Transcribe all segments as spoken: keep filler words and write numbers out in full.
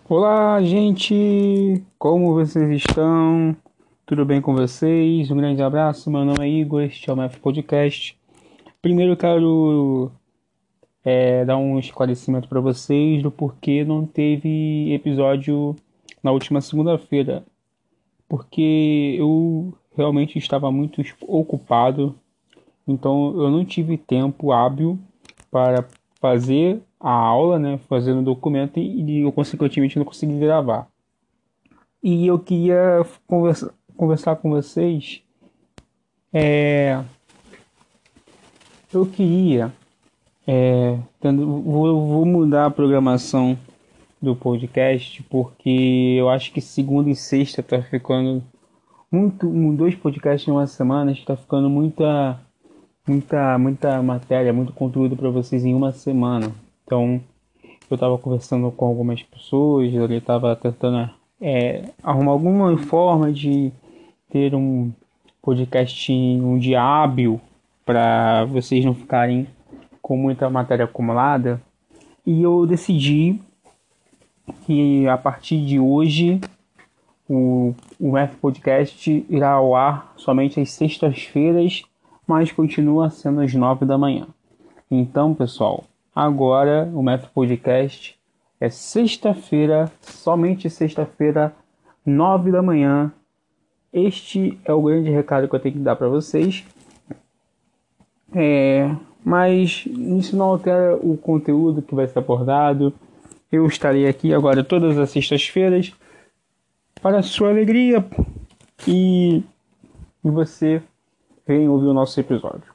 Olá, gente! Como vocês estão? Tudo bem com vocês? Um grande abraço. Meu nome é Igor, este é o M F Podcast. Primeiro, eu quero é, dar um esclarecimento para vocês do porquê não teve episódio na última segunda-feira. Porque eu realmente estava muito ocupado, então eu não tive tempo hábil para fazer a aula, né, fazer o documento e eu consequentemente não consegui gravar. E eu queria conversa, conversar com vocês. É, eu queria. É, tendo, vou, vou mudar a programação do podcast porque eu acho que segunda e sexta tá ficando muito. Um, dois podcasts em uma semana está ficando muita, muita, muita matéria, muito conteúdo para vocês em uma semana. Então eu estava conversando com algumas pessoas, eu estava tentando é, arrumar alguma forma de ter um podcast um dia hábil para vocês não ficarem com muita matéria acumulada. E eu decidi que a partir de hoje o, o F Podcast irá ao ar somente às sextas-feiras, mas continua sendo às nove da manhã. Então, pessoal, agora o F Podcast é sexta-feira, somente sexta-feira, nove da manhã. Este é o grande recado que eu tenho que dar para vocês. É, mas isso não altera o conteúdo que vai ser abordado. Eu estarei aqui agora todas as sextas-feiras para a sua alegria e, e você vem ouvir o nosso episódio.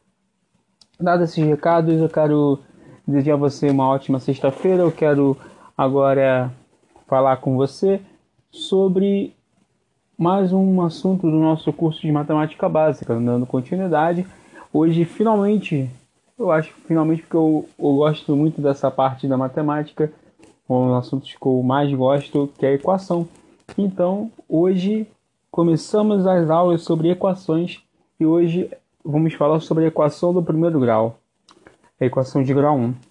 Dados esses recados, eu quero desejar a você uma ótima sexta-feira. Eu quero agora falar com você sobre mais um assunto do nosso curso de matemática básica, dando continuidade. Hoje, finalmente, eu acho que finalmente porque eu, eu gosto muito dessa parte da matemática, um dos assuntos que eu mais gosto, que é a equação. Então, hoje começamos as aulas sobre equações e hoje vamos falar sobre a equação do primeiro grau, a equação de grau um.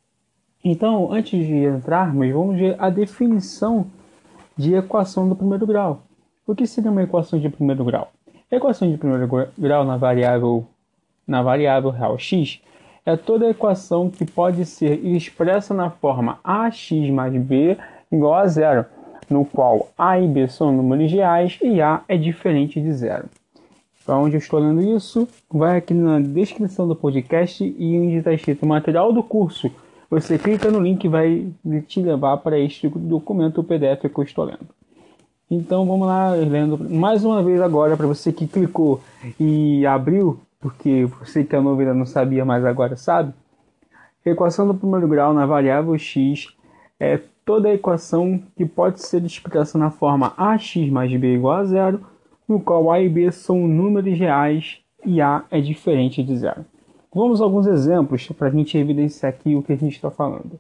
Então, antes de entrarmos, vamos ver a definição de equação do primeiro grau. O que seria uma equação de primeiro grau? A equação de primeiro grau na variável, na variável real x é toda equação que pode ser expressa na forma ax mais b igual a zero, no qual a e b são números reais e a é diferente de zero. Para onde eu estou lendo isso, vai aqui na descrição do podcast e onde está escrito material do curso. Você clica no link e vai te levar para este documento, o P D F que eu estou lendo. Então vamos lá, lendo mais uma vez agora, para você que clicou e abriu, porque você que é novo ainda não sabia, mas agora sabe. A equação do primeiro grau na variável x é toda a equação que pode ser expressa na forma ax mais b igual a zero, no qual a e b são números reais e a é diferente de zero. Vamos a alguns exemplos para a gente evidenciar aqui o que a gente está falando.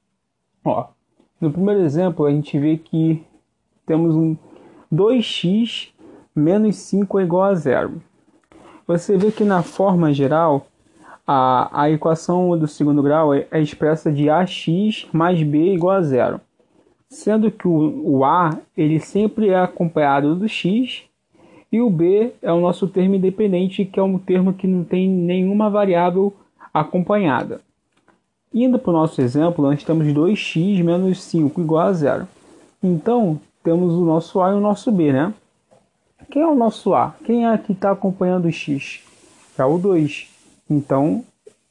Ó, no primeiro exemplo, a gente vê que temos um dois x menos cinco é igual a zero. Você vê que na forma geral, a, a equação do segundo grau é, é expressa de ax mais b igual a zero. Sendo que o, o a ele sempre é acompanhado do x e o b é o nosso termo independente, que é um termo que não tem nenhuma variável acompanhada. Indo para o nosso exemplo, nós temos dois x menos cinco igual a zero. Então, temos o nosso a e o nosso b, né? Quem é o nosso a? Quem é que está acompanhando o x? É o dois. Então,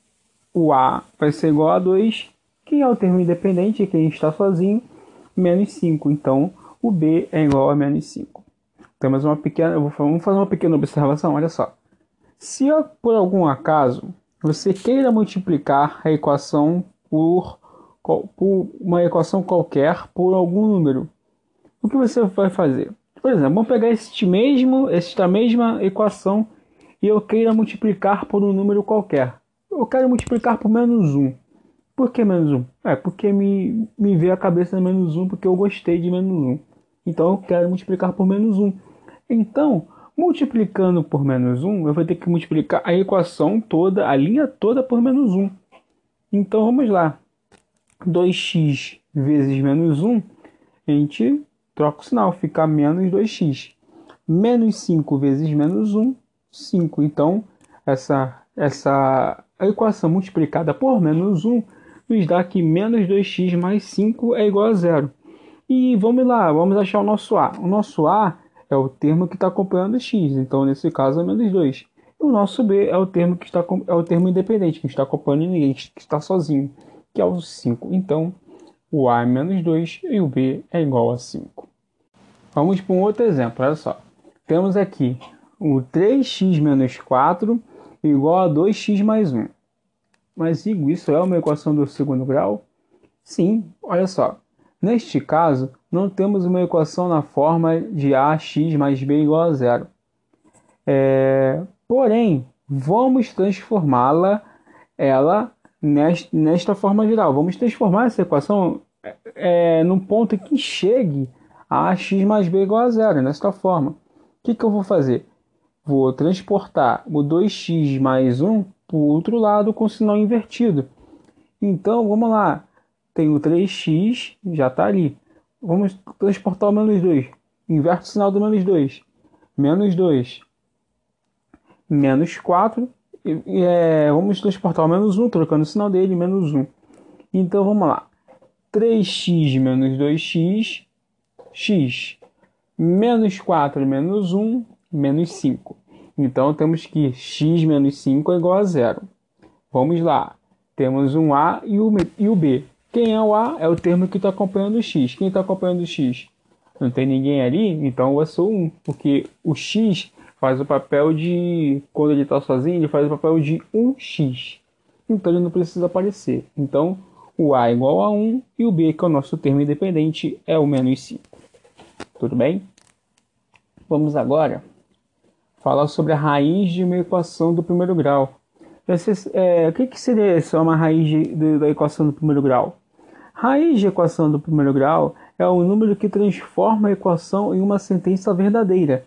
o a vai ser igual a dois. Quem é o termo independente? Quem está sozinho? Menos cinco. Então, o b é igual a menos cinco. Temos uma pequena, vamos fazer uma pequena observação, olha só. Se por algum acaso você queira multiplicar a equação por, por uma equação qualquer por algum número, o que você vai fazer? Por exemplo, vamos pegar este mesmo, esta mesma equação e eu queira multiplicar por um número qualquer. Eu quero multiplicar por menos um. Por que menos um? É porque me, me veio a cabeça menos um porque eu gostei de menos um. Então eu quero multiplicar por menos um. Então, multiplicando por menos um, eu vou ter que multiplicar a equação toda, a linha toda por menos um. Então vamos lá. dois x vezes menos um a gente troca o sinal, fica menos dois x. Menos cinco vezes menos um, cinco. Então, essa, essa equação multiplicada por menos um nos dá que menos dois x mais cinco é igual a zero. E vamos lá, vamos achar o nosso A. O nosso A é o termo que está acompanhando x, então nesse caso é menos dois. E o nosso B é o termo que está é o termo independente, que está acompanhando ninguém, que está sozinho, que é o cinco. Então, o A é menos dois e o B é igual a cinco. Vamos para um outro exemplo, olha só. Temos aqui o três x menos quatro igual a dois x mais um. Mas isso é uma equação do segundo grau? Sim, olha só. Neste caso, não temos uma equação na forma de ax mais b igual a zero. É, porém, vamos transformá-la ela nesta, nesta forma geral. Vamos transformar essa equação é, num ponto que chegue a ax mais b igual a zero, nesta forma. O que, que eu vou fazer? Vou transportar o dois x mais um para o outro lado com o sinal invertido. Então, vamos lá. Tem o três x, já está ali. Vamos transportar o menos dois. Inverte o sinal do menos dois. Menos dois. Menos quatro. E, é, vamos transportar o menos um, trocando o sinal dele, menos um. Então, vamos lá. três x menos dois x, x. Menos quatro menos um, menos cinco. Então, temos que x menos cinco é igual a zero. Vamos lá. Temos um A e o, e o B. Quem é o A? É o termo que está acompanhando o x. Quem está acompanhando o x? Não tem ninguém ali? Então eu sou um. Porque o x faz o papel de... Quando ele está sozinho, ele faz o papel de um x. Então ele não precisa aparecer. Então o A é igual a um e o B, que é o nosso termo independente, é o menos cinco. Tudo bem? Vamos agora falar sobre a raiz de uma equação do primeiro grau. Esse, é, o que, que seria isso, uma raiz de, de, da equação do primeiro grau? Raiz de equação do primeiro grau é o número que transforma a equação em uma sentença verdadeira.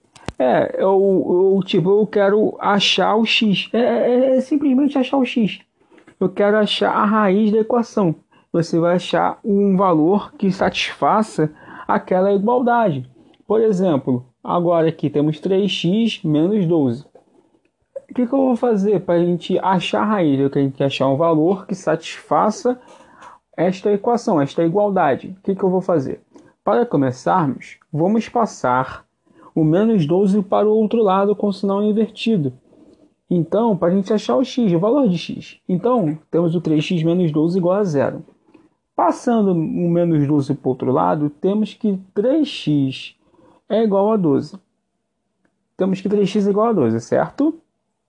É, eu, eu, tipo, eu quero achar o x. É, é, é simplesmente achar o x. Eu quero achar a raiz da equação. Você vai achar um valor que satisfaça aquela igualdade. Por exemplo, agora aqui temos três x menos doze. O que, que eu vou fazer para a gente achar a raiz? Eu tenho que achar um valor que satisfaça esta equação, esta igualdade. O que, que eu vou fazer? Para começarmos, vamos passar o menos doze para o outro lado com o sinal invertido. Então, para a gente achar o x, o valor de x. Então, temos o três x menos doze igual a zero. Passando o menos doze para o outro lado, temos que três x é igual a doze. Temos que três x é igual a doze, certo?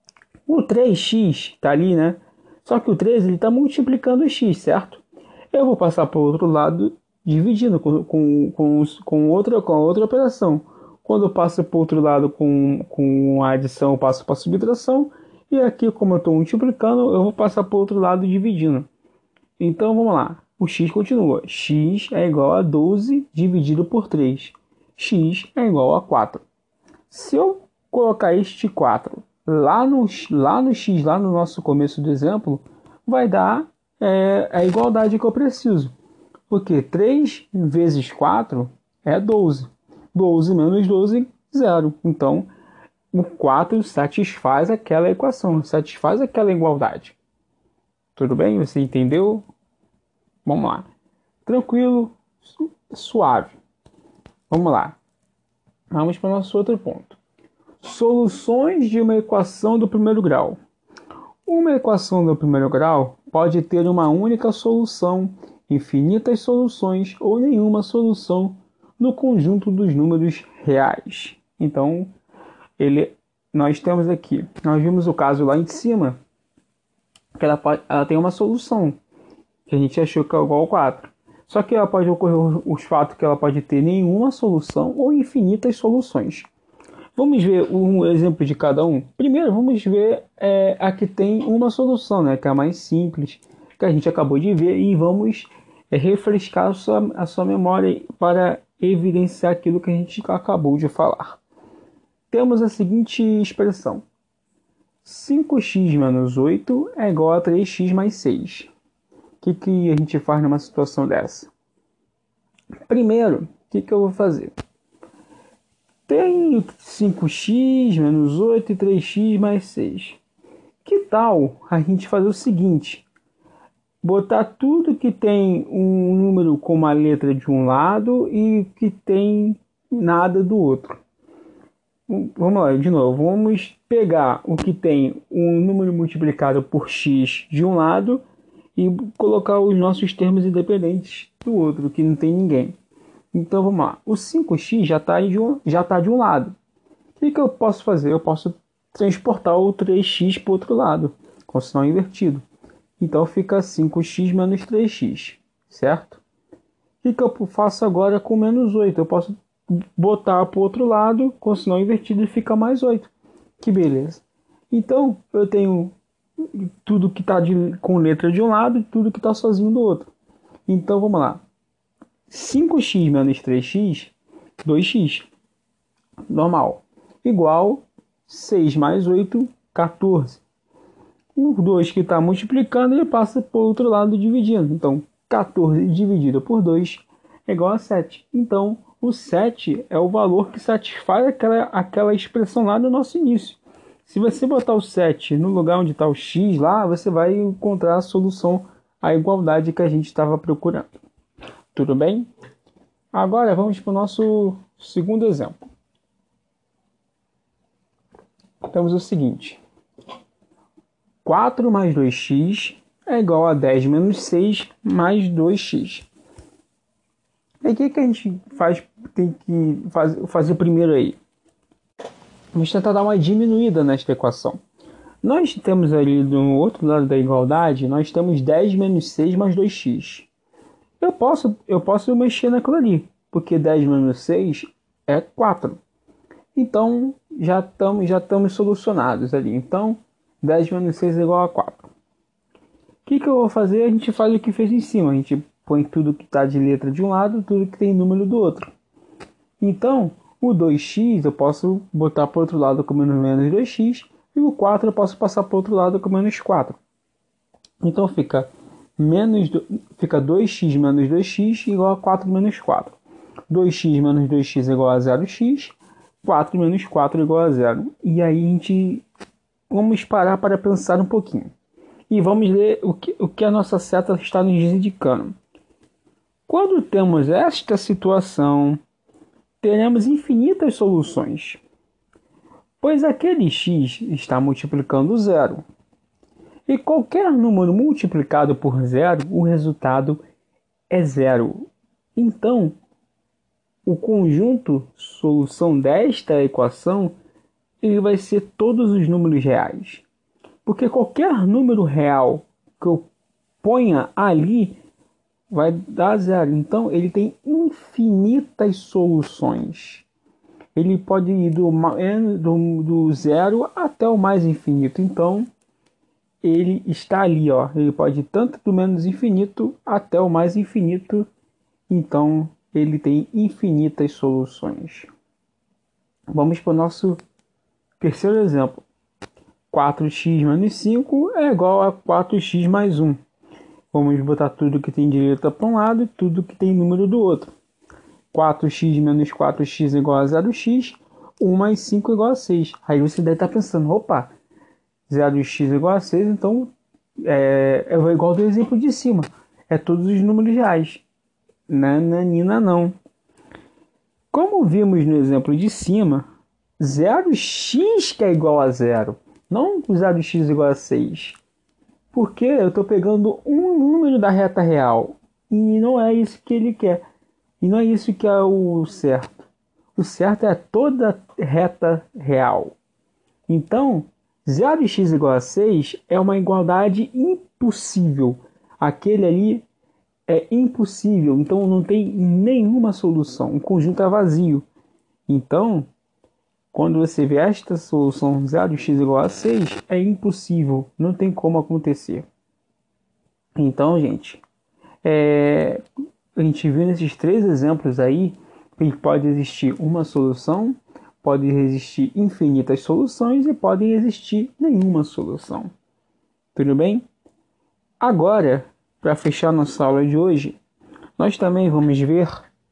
O três x está ali, né? Só que o três está multiplicando o x, certo? Eu vou passar para o outro lado dividindo com, com, com, com, outra, com a outra operação. Quando eu passo para o outro lado com, com a adição, eu passo para a subtração. E aqui, como eu estou multiplicando, eu vou passar para o outro lado dividindo. Então, vamos lá. O x continua. X é igual a doze dividido por três. X é igual a quatro. Se eu colocar este quatro lá no, lá no x, lá no nosso começo do exemplo, vai dar é, a igualdade que eu preciso. Porque três vezes quatro é doze. doze menos doze, zero. Então, o quatro satisfaz aquela equação, satisfaz aquela igualdade. Tudo bem? Você entendeu? Vamos lá. Tranquilo, su suave. Vamos lá. Vamos para o nosso outro ponto. Soluções de uma equação do primeiro grau. Uma equação do primeiro grau pode ter uma única solução, infinitas soluções ou nenhuma solução no conjunto dos números reais. Então, ele, nós temos aqui, nós vimos o caso lá em cima, que ela, pode, ela tem uma solução, que a gente achou que é igual a quatro. Só que ela pode ocorrer os fatos que ela pode ter nenhuma solução ou infinitas soluções. Vamos ver um exemplo de cada um? Primeiro, vamos ver é, a que tem uma solução, né, que é a mais simples, que a gente acabou de ver, e vamos é, refrescar a sua, a sua memória para evidenciar aquilo que a gente acabou de falar. Temos a seguinte expressão. cinco x menos oito é igual a três x mais seis. O que, que a gente faz numa situação dessa? Primeiro, o que, que eu vou fazer? Tenho cinco x menos oito e três x mais seis. Que tal a gente fazer o seguinte? Botar tudo que tem um número com uma letra de um lado e que tem nada do outro. Vamos lá, de novo. Vamos pegar o que tem um número multiplicado por x de um lado e colocar os nossos termos independentes do outro, que não tem ninguém. Então vamos lá. O cinco x já está de, um, já tá de um lado. O que, que eu posso fazer? Eu posso transportar o três x para o outro lado, com o sinal invertido. Então fica cinco x menos três x, certo? O que, que eu faço agora com menos oito? Eu posso botar para o outro lado com o sinal invertido e fica mais oito. Que beleza. Então eu tenho tudo que está com letra de um lado e tudo que está sozinho do outro. Então vamos lá. cinco x menos três x, dois x. Normal. Igual seis mais oito, quatorze. O dois que está multiplicando, ele passa para o outro lado dividindo. Então, quatorze dividido por dois é igual a sete. Então, o sete é o valor que satisfaz aquela, aquela expressão lá no nosso início. Se você botar o sete no lugar onde está o x lá, você vai encontrar a solução à igualdade que a gente estava procurando. Tudo bem? Agora vamos para o nosso segundo exemplo. Temos o seguinte. quatro mais dois x é igual a dez menos seis mais dois x. E o que, que a gente faz, tem que faz, fazer primeiro aí? Vamos tentar dar uma diminuída nesta equação. Nós temos ali do outro lado da igualdade, nós temos dez menos seis mais dois x. Eu posso, eu posso mexer naquilo ali, porque dez menos seis é quatro. Então, já estamos já estamos solucionados ali. Então, dez menos seis é igual a quatro. O que, que eu vou fazer? A gente faz o que fez em cima. A gente põe tudo que está de letra de um lado, tudo que tem número do outro. Então, o dois x eu posso botar para o outro lado com menos dois x. E o quatro eu posso passar para o outro lado com menos quatro. Então, fica, menos, fica dois x menos dois x igual a quatro menos quatro. dois x menos dois x é igual a zero x. quatro menos quatro é igual a zero. E aí a gente... Vamos parar para pensar um pouquinho. E vamos ler o que, o que a nossa seta está nos indicando. Quando temos esta situação, teremos infinitas soluções. Pois aquele x está multiplicando zero. E qualquer número multiplicado por zero, o resultado é zero. Então, o conjunto solução desta equação ele vai ser todos os números reais. Porque qualquer número real que eu ponha ali vai dar zero. Então, ele tem infinitas soluções. Ele pode ir do, do, do zero até o mais infinito. Então, ele está ali. Ó. Ele pode ir tanto do menos infinito até o mais infinito. Então, ele tem infinitas soluções. Vamos para o nosso terceiro exemplo. quatro x menos cinco é igual a quatro x mais um. Vamos botar tudo que tem direita para um lado e tudo que tem número do outro. quatro x menos quatro x é igual a zero x. um mais cinco é igual a seis. Aí você deve estar pensando, opa, zero x é igual a seis, então é, é igual do exemplo de cima. É todos os números reais. Nananina não. Como vimos no exemplo de cima, zero x que é igual a zero. Não zero x igual a seis. Porque eu estou pegando um número da reta real. E não é isso que ele quer. E não é isso que é o certo. O certo é toda reta real. Então, zero x igual a seis é uma igualdade impossível. Aquele ali é impossível. Então não tem nenhuma solução. O conjunto é vazio. Então, quando você vê esta solução zero x igual a seis, é impossível, não tem como acontecer. Então, gente, é, a gente viu nesses três exemplos aí que pode existir uma solução, pode existir infinitas soluções e podem existir nenhuma solução. Tudo bem? Agora, para fechar nossa aula de hoje, nós também vamos ver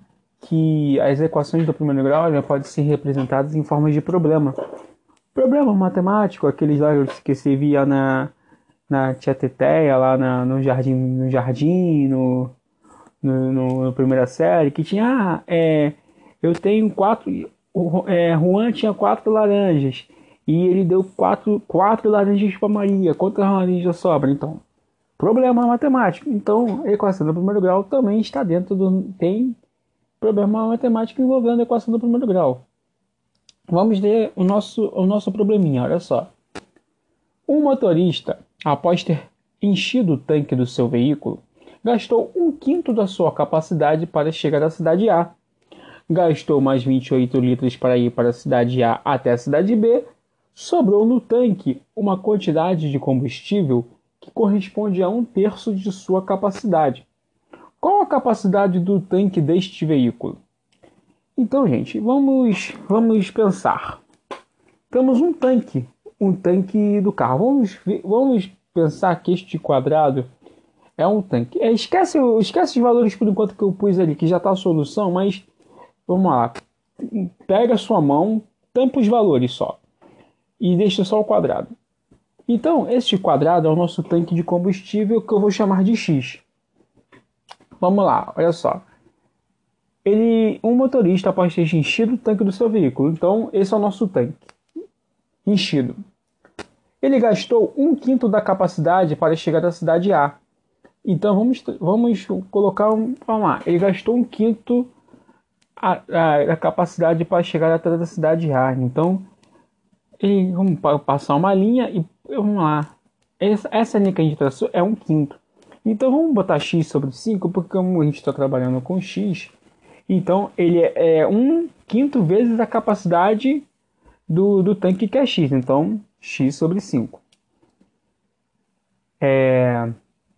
que as equações do primeiro grau já podem ser representadas em formas de problema. Problema matemático, aqueles lá que você via na, na Tia Teteia, lá na, no jardim, no, jardim no, no, no, no primeira série, que tinha, ah, é, eu tenho quatro, é, Juan tinha quatro laranjas, e ele deu quatro, quatro laranjas para Maria, quantas laranjas sobram? Então, problema matemático. Então, a equação do primeiro grau também está dentro do... tem problema matemático envolvendo a equação do primeiro grau. Vamos ver o nosso, o nosso probleminha, olha só. Um motorista, após ter enchido o tanque do seu veículo, gastou um quinto da sua capacidade para chegar à cidade A. Gastou mais vinte e oito litros para ir para a cidade A até a cidade B. Sobrou no tanque uma quantidade de combustível que corresponde a um terço de sua capacidade. Qual a capacidade do tanque deste veículo? Então, gente, vamos, vamos pensar. Temos um tanque, um tanque do carro. Vamos, ver, vamos pensar que este quadrado é um tanque. É, esquece, esquece os valores por enquanto que eu pus ali, que já está a solução, mas vamos lá. Pega a sua mão, tampa os valores só e deixa só o quadrado. Então, este quadrado é o nosso tanque de combustível que eu vou chamar de X. Vamos lá, olha só. Ele, um motorista após ter enchido o tanque do seu veículo. Então, esse é o nosso tanque. Enchido. Ele gastou um quinto da capacidade para chegar à cidade A. Então, vamos, vamos colocar um... Vamos lá. Ele gastou um quinto a, a, a capacidade para chegar até a cidade A. Então, ele, vamos passar uma linha e vamos lá. Essa, essa linha que a gente traçou é um quinto. Então, vamos botar x sobre cinco, porque como a gente está trabalhando com x, então ele é um quinto vezes a capacidade do, do tanque, que é x. Então, x sobre cinco. É...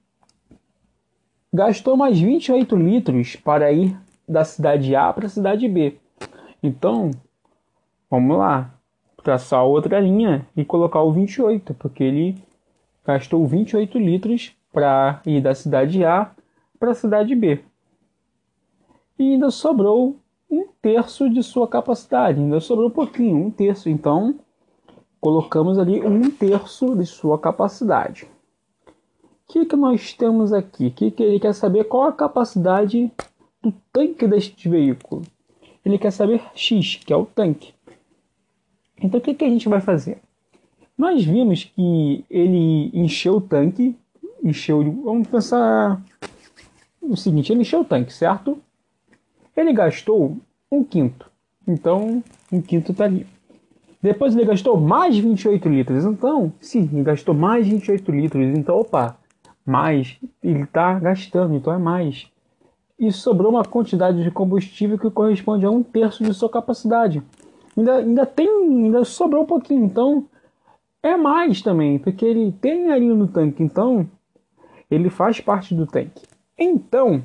Gastou mais vinte e oito litros para ir da cidade A para a cidade B. Então, vamos lá. Traçar outra linha e colocar o vinte e oito, porque ele gastou vinte e oito litros para ir da cidade A para a cidade B. E ainda sobrou um terço de sua capacidade. Ainda sobrou um pouquinho, um terço. Então, colocamos ali um terço de sua capacidade. O que, que nós temos aqui? Que, que ele quer saber qual a capacidade do tanque deste veículo. Ele quer saber X, que é o tanque. Então, o que, que a gente vai fazer? Nós vimos que ele encheu o tanque. Encheu, vamos pensar o seguinte, ele encheu o tanque, certo? Ele gastou um quinto. Então, um quinto está ali. Depois ele gastou mais vinte e oito litros. Então, sim, ele gastou mais vinte e oito litros. Então, opa, mais. Ele está gastando, então é mais. E sobrou uma quantidade de combustível que corresponde a um terço de sua capacidade. Ainda, ainda tem, ainda sobrou um pouquinho. Então, é mais também, porque ele tem ali no tanque. Então, ele faz parte do tanque. Então,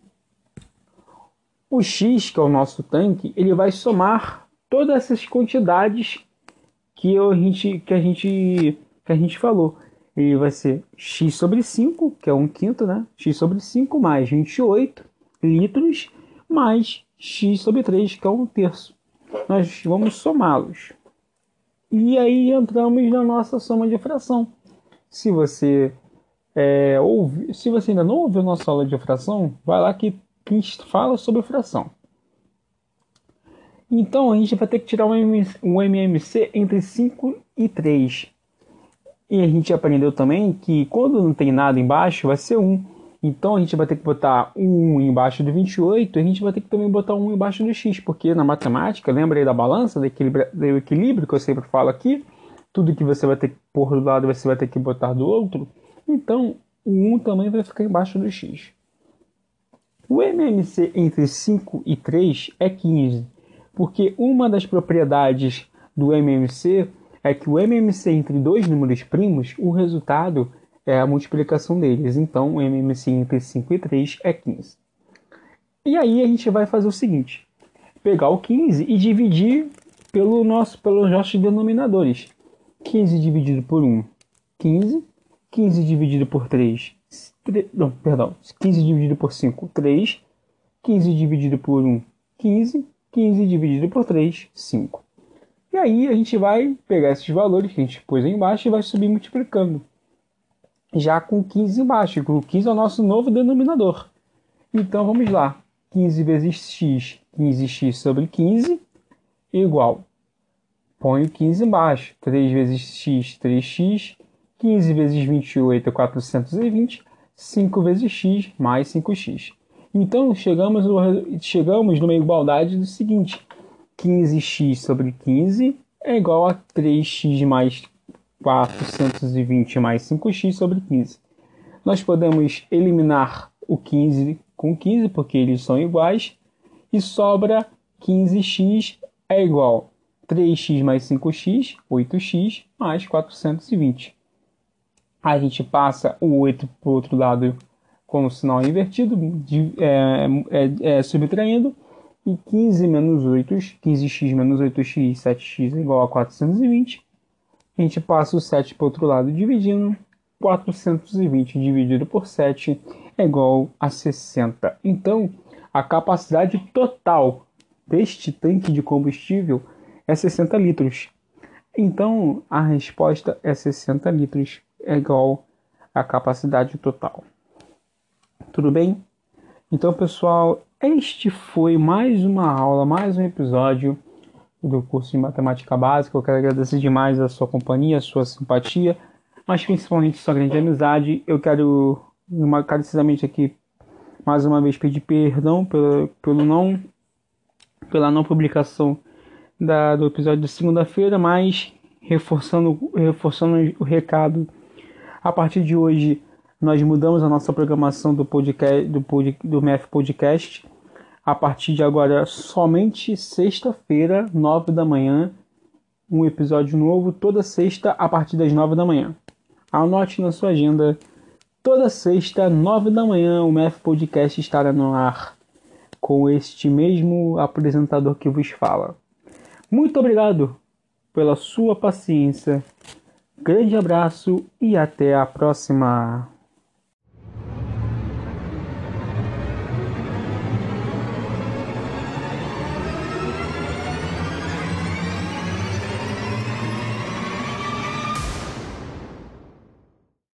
o X, que é o nosso tanque, ele vai somar todas essas quantidades que a gente, que a gente, que a gente falou. Ele vai ser X sobre cinco, que é um quinto, né? X sobre cinco mais vinte e oito litros, mais X sobre três, que é um terço. Nós vamos somá-los. E aí entramos na nossa soma de fração. Se você, é, ouve, se você ainda não ouviu nossa aula de fração, vai lá que que fala sobre fração. Então a gente vai ter que tirar um M M C entre cinco e três. E a gente aprendeu também que quando não tem nada embaixo vai ser um. Então a gente vai ter que botar um embaixo do vinte e oito e a gente vai ter que também botar um embaixo do X, porque na matemática, lembra aí da balança, do equilíbrio, do equilíbrio que eu sempre falo aqui? Tudo que você vai ter que pôr do lado você vai ter que botar do outro. Então o um também vai ficar embaixo do X. O M M C entre cinco e três é quinze, porque uma das propriedades do M M C é que o M M C entre dois números primos, o resultado é a multiplicação deles. Então, o M M C entre cinco e três é quinze. E aí a gente vai fazer o seguinte, pegar o quinze e dividir pelo nosso, pelos nossos denominadores. quinze dividido por um, quinze. quinze dividido por três, Não, perdão, quinze dividido por cinco, três. quinze dividido por um, quinze. quinze dividido por três, cinco. E aí a gente vai pegar esses valores que a gente pôs aí embaixo e vai subir multiplicando. Já com quinze embaixo, o quinze é o nosso novo denominador. Então vamos lá. quinze vezes x, quinze x sobre quinze, igual. Põe o quinze embaixo. três vezes x, três x. quinze vezes vinte e oito é quatrocentos e vinte. cinco vezes x mais cinco x. Então chegamos, no, chegamos numa igualdade do seguinte. quinze x sobre quinze é igual a três x mais quatrocentos e vinte mais cinco x sobre quinze. Nós podemos eliminar o quinze com quinze, porque eles são iguais, e sobra quinze x é igual a três x mais cinco x, oito x, mais quatrocentos e vinte. A gente passa o oito para o outro lado com o sinal invertido, de, é, é, é, subtraindo, e quinze menos oito, quinze x menos oito x, sete x é igual a quatrocentos e vinte. A gente passa o sete para o outro lado dividindo, quatrocentos e vinte dividido por sete é igual a sessenta. Então, a capacidade total deste tanque de combustível é sessenta litros. Então, a resposta é sessenta litros, é igual à capacidade total. Tudo bem? Então, pessoal, este foi mais uma aula, mais um episódio do curso de Matemática Básica. Eu quero agradecer demais a sua companhia, a sua simpatia, mas principalmente a sua grande amizade. Eu quero, encarecidamente aqui, mais uma vez pedir perdão pelo, pelo não, pela não publicação da, do episódio de segunda-feira, mas reforçando, reforçando o recado, a partir de hoje nós mudamos a nossa programação do podcast, do, pod, do M F Podcast. A partir de agora, somente sexta-feira, nove da manhã, um episódio novo, toda sexta, a partir das nove da manhã. Anote na sua agenda, toda sexta, nove da manhã, o M F Podcast estará no ar, com este mesmo apresentador que vos fala. Muito obrigado pela sua paciência, grande abraço e até a próxima!